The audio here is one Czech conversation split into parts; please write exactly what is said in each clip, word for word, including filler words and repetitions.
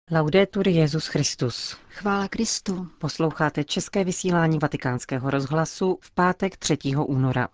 Laudetur Jesus Christus. Chvála Kristu. Posloucháte české vysílání Vatikánského rozhlasu v pátek třetího února.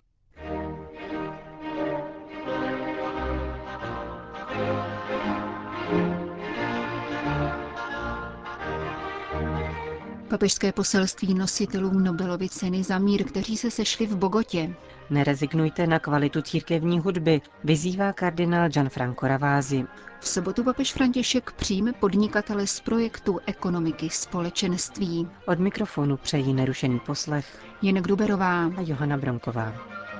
Papežské poselství nositelům Nobelovy ceny za mír, kteří se sešli v Bogotě. Nerezignujte na kvalitu církevní hudby, vyzývá kardinál Gianfranco Ravasi. V sobotu papež František přijme podnikatele z projektu ekonomiky společenství. Od mikrofonu přejí nerušený poslech Jen Gruberová a Johana Bronková.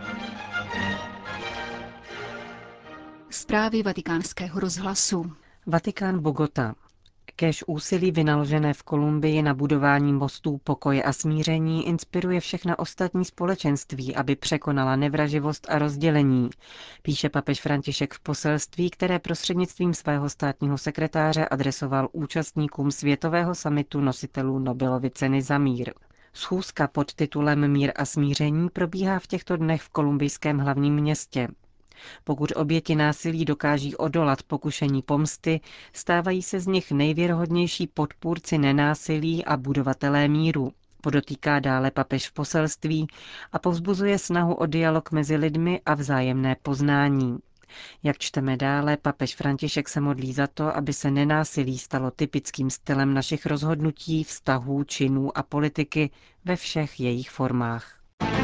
Zprávy Vatikánského rozhlasu. Vatikán Bogota. Kéž úsilí vynaložené v Kolumbii na budování mostů pokoje a smíření inspiruje všechna ostatní společenství, aby překonala nevraživost a rozdělení, píše papež František v poselství, které prostřednictvím svého státního sekretáře adresoval účastníkům světového summitu nositelů Nobelovy ceny za mír. Schůzka pod titulem Mír a smíření probíhá v těchto dnech v kolumbijském hlavním městě. Pokud oběti násilí dokáží odolat pokušení pomsty, stávají se z nich nejvěrohodnější podpůrci nenásilí a budovatelé míru, podotýká dále papež v poselství a povzbuzuje snahu o dialog mezi lidmi a vzájemné poznání. Jak čteme dále, papež František se modlí za to, aby se nenásilí stalo typickým stylem našich rozhodnutí, vztahů, činů a politiky ve všech jejich formách.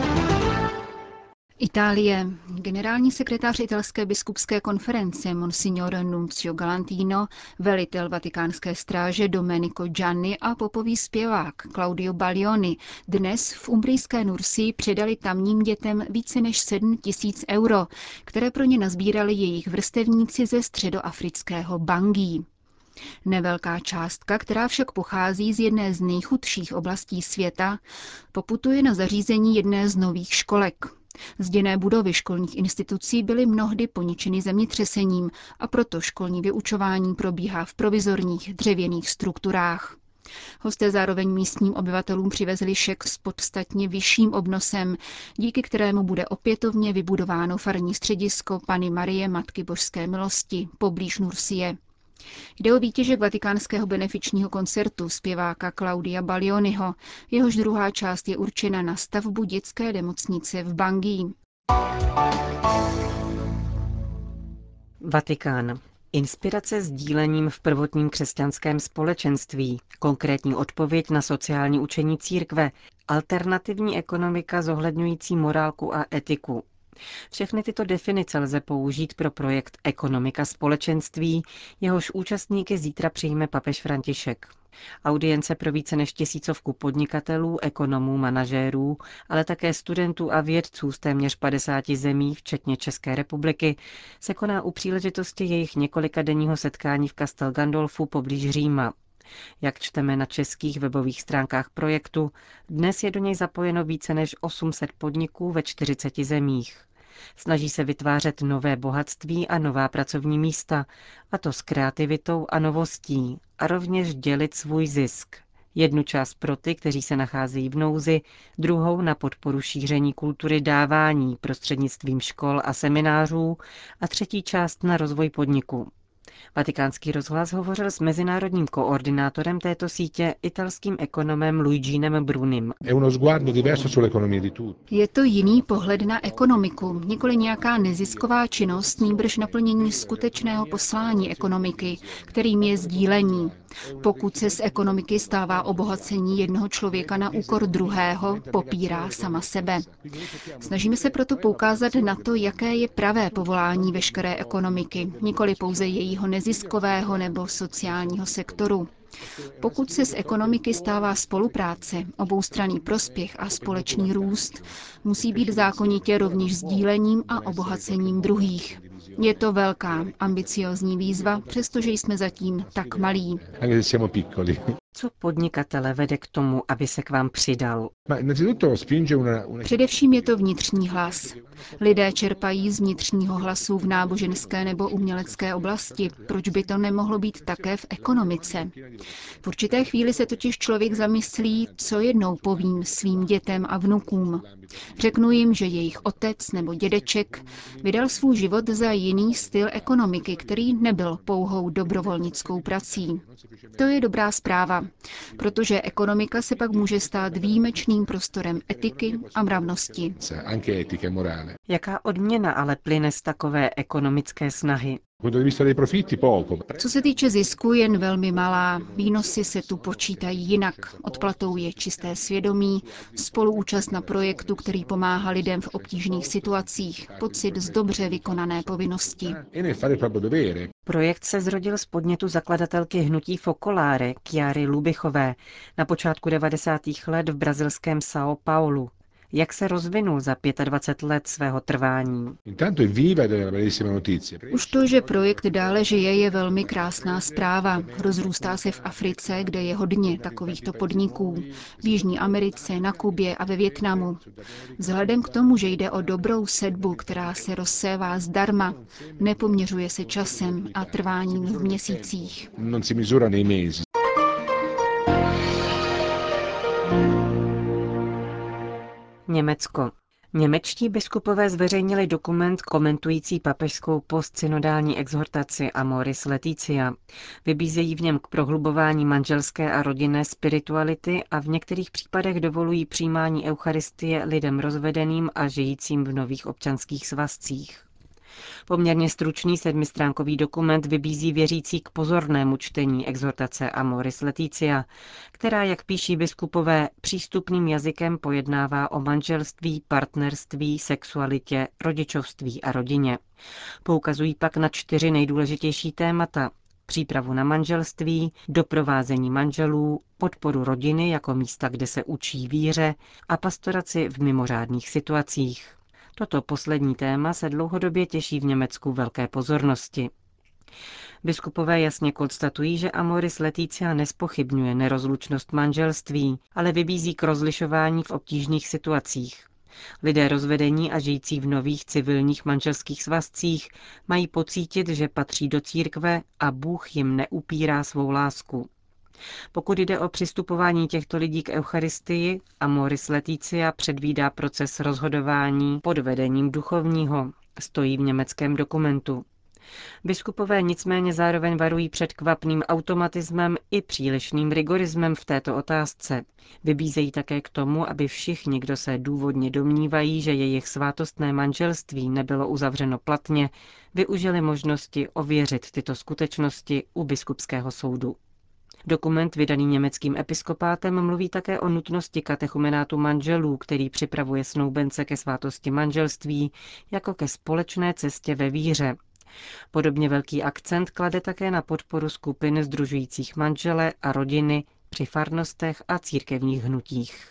Itálie. Generální sekretář italské biskupské konference Monsignor Nunzio Galantino, velitel vatikánské stráže Domenico Gianni a popový zpěvák Claudio Baglioni dnes v umbrijské Nursii předali tamním dětem více než sedm tisíc euro, které pro ně nazbírali jejich vrstevníci ze středoafrického Bangui. Nevelká částka, která však pochází z jedné z nejchudších oblastí světa, poputuje na zařízení jedné z nových školek. Zděné budovy školních institucí byly mnohdy poničeny zemětřesením a proto školní vyučování probíhá v provizorních dřevěných strukturách. Hosté zároveň místním obyvatelům přivezli šek s podstatně vyšším obnosem, díky kterému bude opětovně vybudováno farní středisko Panny Marie Matky Božské milosti poblíž Nursie. Jde o výtěžek vatikánského benefičního koncertu zpěváka Claudia Baglioniho, jehož druhá část je určena na stavbu dětské nemocnice v Bangui. Vatikán. Inspirace sdílením v prvotním křesťanském společenství, konkrétní odpověď na sociální učení církve, alternativní ekonomika zohledňující morálku a etiku. Všechny tyto definice lze použít pro projekt Ekonomika společenství, jehož účastníky zítra přijme papež František. Audience pro více než tisícovku podnikatelů, ekonomů, manažérů, ale také studentů a vědců z téměř padesáti zemí, včetně České republiky, se koná u příležitosti jejich několikadenního setkání v Castel Gandolfu poblíž Říma. Jak čteme na českých webových stránkách projektu, dnes je do něj zapojeno více než osm set podniků ve čtyřiceti zemích. Snaží se vytvářet nové bohatství a nová pracovní místa, a to s kreativitou a novostí, a rovněž dělit svůj zisk. Jednu část pro ty, kteří se nacházejí v nouzi, druhou na podporu šíření kultury dávání prostřednictvím škol a seminářů a třetí část na rozvoj podniku. Vatikánský rozhlas hovořil s mezinárodním koordinátorem této sítě, italským ekonomem Luiginem Brunim. Je to jiný pohled na ekonomiku, nikoli nějaká nezisková činnost, nýbrž naplnění skutečného poslání ekonomiky, kterým je sdílení. Pokud se z ekonomiky stává obohacení jednoho člověka na úkor druhého, popírá sama sebe. Snažíme se proto poukázat na to, jaké je pravé povolání veškeré ekonomiky, nikoli pouze jejího neziskového nebo sociálního sektoru. Pokud se z ekonomiky stává spolupráce, oboustranný prospěch a společný růst, musí být zákonitě rovněž sdílením a obohacením druhých. Je to velká, ambiciózní výzva, přestože jsme zatím tak malí. Co podnikatele vede k tomu, aby se k vám přidal? Především je to vnitřní hlas. Lidé čerpají z vnitřního hlasu v náboženské nebo umělecké oblasti. Proč by to nemohlo být také v ekonomice? V určité chvíli se totiž člověk zamyslí, co jednou povím svým dětem a vnukům. Řeknu jim, že jejich otec nebo dědeček vydal svůj život za jiný styl ekonomiky, který nebyl pouhou dobrovolnickou prací. To je dobrá zpráva, protože ekonomika se pak může stát výjimečným prostorem etiky a mravnosti. Jaká odměna ale plyne z takové ekonomické snahy? Co se týče zisku, jen velmi malá. Výnosy se tu počítají jinak. Odplatou je čisté svědomí, spoluúčast na projektu, který pomáhá lidem v obtížných situacích, pocit z dobře vykonané povinnosti. Projekt se zrodil z podnětu zakladatelky hnutí Focolare, Chiary Lubichové, na počátku devadesátých let v brazilském São Paulo. Jak se rozvinul za dvacet pět let svého trvání? Už to, že projekt dále žije, je velmi krásná zpráva. Rozrůstá se v Africe, kde je hodně takovýchto podniků. V Jižní Americe, na Kubě a ve Vietnamu. Vzhledem k tomu, že jde o dobrou sedbu, která se rozsévá zdarma, nepoměřuje se časem a trváním v měsících. Německo. Němečtí biskupové zveřejnili dokument komentující papežskou postsynodální exhortaci Amoris Laetitia. Vybízejí v něm k prohlubování manželské a rodinné spirituality a v některých případech dovolují přijímání eucharistie lidem rozvedeným a žijícím v nových občanských svazcích. Poměrně stručný sedmistránkový dokument vybízí věřící k pozornému čtení exhortace Amoris Laetitia, která, jak píší biskupové, přístupným jazykem pojednává o manželství, partnerství, sexualitě, rodičovství a rodině. Poukazují pak na čtyři nejdůležitější témata: přípravu na manželství, doprovázení manželů, podporu rodiny jako místa, kde se učí víře a pastoraci v mimořádných situacích. Toto poslední téma se dlouhodobě těší v Německu velké pozornosti. Biskupové jasně konstatují, že Amoris Laetitia nespochybňuje nerozlučnost manželství, ale vybízí k rozlišování v obtížných situacích. Lidé rozvedení a žijící v nových civilních manželských svazcích mají pocítit, že patří do církve a Bůh jim neupírá svou lásku. Pokud jde o přistupování těchto lidí k Eucharistii, Amoris Laetitia předvídá proces rozhodování pod vedením duchovního, stojí v německém dokumentu. Biskupové nicméně zároveň varují před kvapným automatismem i přílišným rigorismem v této otázce. Vybízejí také k tomu, aby všichni, kdo se důvodně domnívají, že jejich svátostné manželství nebylo uzavřeno platně, využili možnosti ověřit tyto skutečnosti u biskupského soudu. Dokument vydaný německým episkopátem mluví také o nutnosti katechumenátu manželů, který připravuje snoubence ke svátosti manželství jako ke společné cestě ve víře. Podobně velký akcent klade také na podporu skupin sdružujících manžele a rodiny při farnostech a církevních hnutích.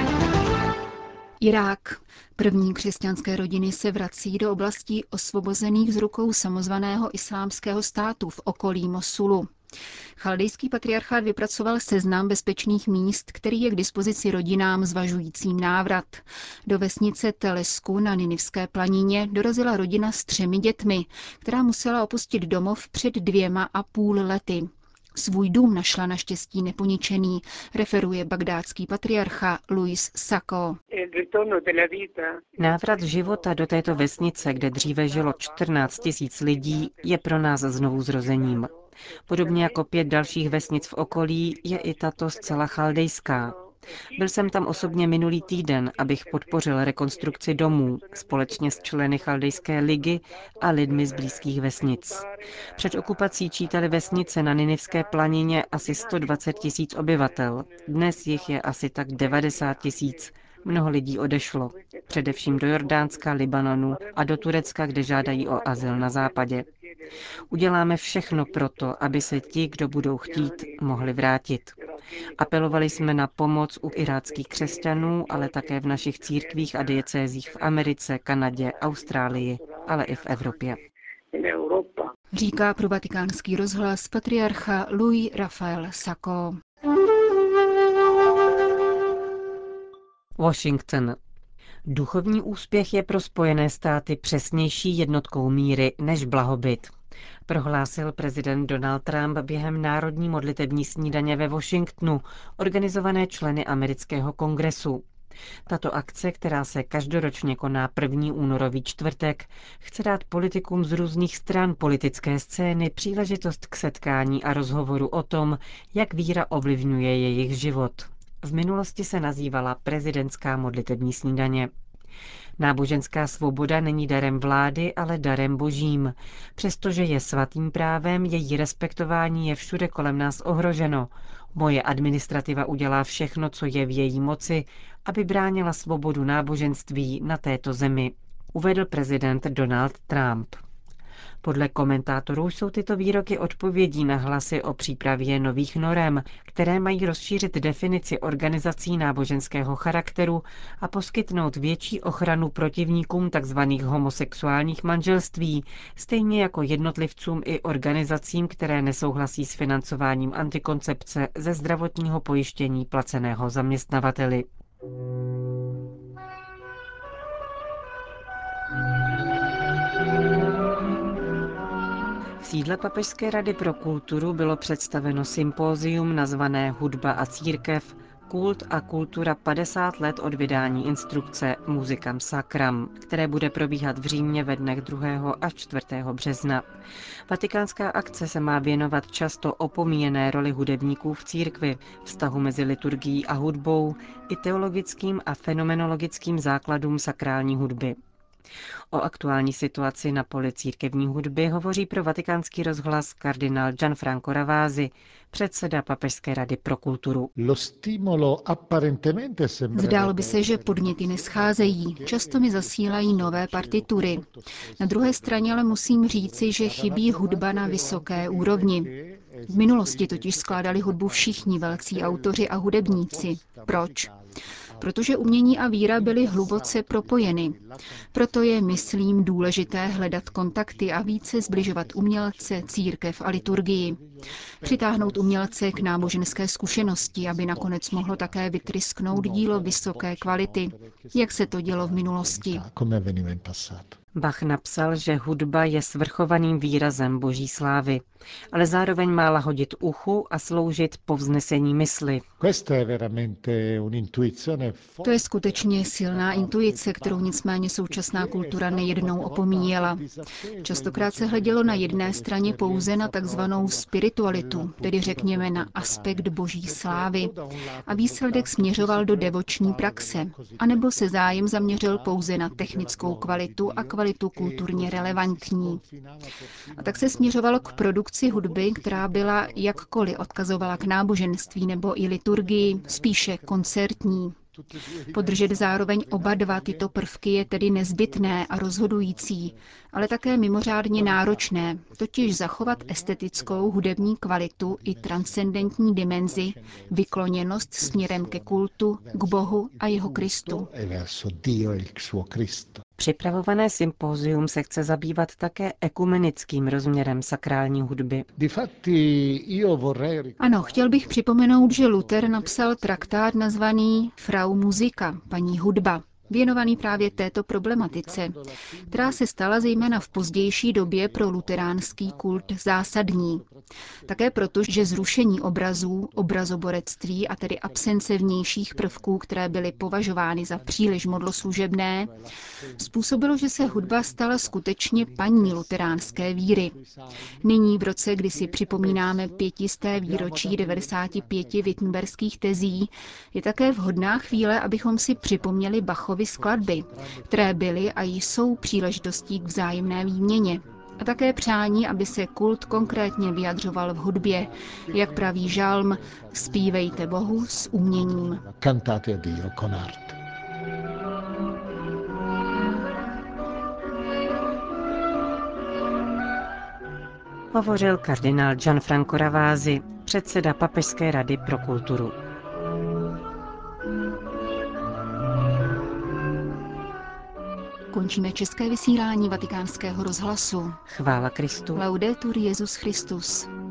Irák. První křesťanské rodiny se vrací do oblastí osvobozených z rukou samozvaného islámského státu v okolí Mosulu. Chaldejský patriarchát vypracoval seznam bezpečných míst, který je k dispozici rodinám zvažujícím návrat. Do vesnice Telesku na Ninivské planině dorazila rodina s třemi dětmi, která musela opustit domov před dvěma a půl lety. Svůj dům našla naštěstí neponičený, referuje bagdátský patriarcha Luis Sacco. Návrat života do této vesnice, kde dříve žilo čtrnáct tisíc lidí, je pro nás znovu zrozením. Podobně jako pět dalších vesnic v okolí je i tato zcela chaldejská. Byl jsem tam osobně minulý týden, abych podpořil rekonstrukci domů společně s členy Chaldejské ligy a lidmi z blízkých vesnic. Před okupací čítali vesnice na Ninivské planině asi sto dvacet tisíc obyvatel. Dnes jich je asi tak devadesát tisíc. Mnoho lidí odešlo, především do Jordánska, Libanonu a do Turecka, kde žádají o azyl na západě. Uděláme všechno proto, aby se ti, kdo budou chtít, mohli vrátit. Apelovali jsme na pomoc u iráckých křesťanů, ale také v našich církvích a diecézích v Americe, Kanadě, Austrálii, ale i v Evropě. Říká pro Vatikánský rozhlas patriarcha Luis Rafael Sacco. Washington. Duchovní úspěch je pro Spojené státy přesnější jednotkou míry než blahobyt, prohlásil prezident Donald Trump během národní modlitební snídaně ve Washingtonu, organizované členy amerického kongresu. Tato akce, která se každoročně koná první únorový čtvrtek, chce dát politikům z různých stran politické scény příležitost k setkání a rozhovoru o tom, jak víra ovlivňuje jejich život. V minulosti se nazývala prezidentská modlitební snídaně. Náboženská svoboda není darem vlády, ale darem božím. Přestože je svatým právem, její respektování je všude kolem nás ohroženo. Moje administrativa udělá všechno, co je v její moci, aby bránila svobodu náboženství na této zemi, uvedl prezident Donald Trump. Podle komentátorů jsou tyto výroky odpovědí na hlasy o přípravě nových norem, které mají rozšířit definici organizací náboženského charakteru a poskytnout větší ochranu protivníkům tzv. Homosexuálních manželství, stejně jako jednotlivcům i organizacím, které nesouhlasí s financováním antikoncepce ze zdravotního pojištění placeného zaměstnavateli. V sídle Papežské rady pro kulturu bylo představeno sympózium nazvané Hudba a církev, kult a kultura padesát let od vydání instrukce Musicam Sacram, které bude probíhat v Římě ve dnech druhého až čtvrtého března. Vatikánská akce se má věnovat často opomíjené roli hudebníků v církvi, vztahu mezi liturgií a hudbou i teologickým a fenomenologickým základům sakrální hudby. O aktuální situaci na poli církevní hudby hovoří pro Vatikánský rozhlas kardinál Gianfranco Ravasi, předseda Papežské rady pro kulturu. Zdálo by se, že podněty nescházejí. Často mi zasílají nové partitury. Na druhé straně ale musím říci, že chybí hudba na vysoké úrovni. V minulosti totiž skládali hudbu všichni velcí autoři a hudebníci. Proč? Protože umění a víra byly hluboce propojeny. Proto je, myslím, důležité hledat kontakty a více zbližovat umělce, církev a liturgii. Přitáhnout umělce k náboženské zkušenosti, aby nakonec mohlo také vytrysknout dílo vysoké kvality, jak se to dělo v minulosti. Bach napsal, že hudba je svrchovaným výrazem boží slávy, ale zároveň má lahodit uchu a sloužit povznesení mysli. To je skutečně silná intuice, kterou nicméně současná kultura nejednou opomíjela. Častokrát se hledělo na jedné straně pouze na takzvanou spiritualitu, tedy řekněme na aspekt boží slávy, a výsledek směřoval do devoční praxe, anebo se zájem zaměřil pouze na technickou kvalitu a kvalitu kulturně relevantní. A tak se směřovalo k produkci hudby, která byla jakkoliv odkazovala k náboženství nebo i liturgii, spíše koncertní. Podržet zároveň oba dva tyto prvky je tedy nezbytné a rozhodující, ale také mimořádně náročné, totiž zachovat estetickou hudební kvalitu i transcendentní dimenzi, vykloněnost směrem ke kultu, k Bohu a jeho Kristu. Připravované sympózium se chce zabývat také ekumenickým rozměrem sakrální hudby. Ano, chtěl bych připomenout, že Luther napsal traktát nazvaný Frau Musica, paní hudba, věnovaný právě této problematice, která se stala zejména v pozdější době pro luteránský kult zásadní. Také proto, že zrušení obrazů, obrazoborectví a tedy absence vnějších prvků, které byly považovány za příliš modloslužebné, způsobilo, že se hudba stala skutečně paní luteránské víry. Nyní v roce, kdy si připomínáme pětisté výročí devadesáti pěti wittenberských tezí, je také vhodná chvíle, abychom si připomněli Bachovy skladby, které byly a jsou příležitostí k vzájemné výměně. A také přání, aby se kult konkrétně vyjadřoval v hudbě, jak praví žalm, zpívejte Bohu s uměním. Cantate a Dio con arte. Hovořil kardinál Gianfranco Ravasi, předseda Papežské rady pro kulturu. Končíme české vysílání Vatikánského rozhlasu. Chvála Kristu. Laudetur Jesus Christus.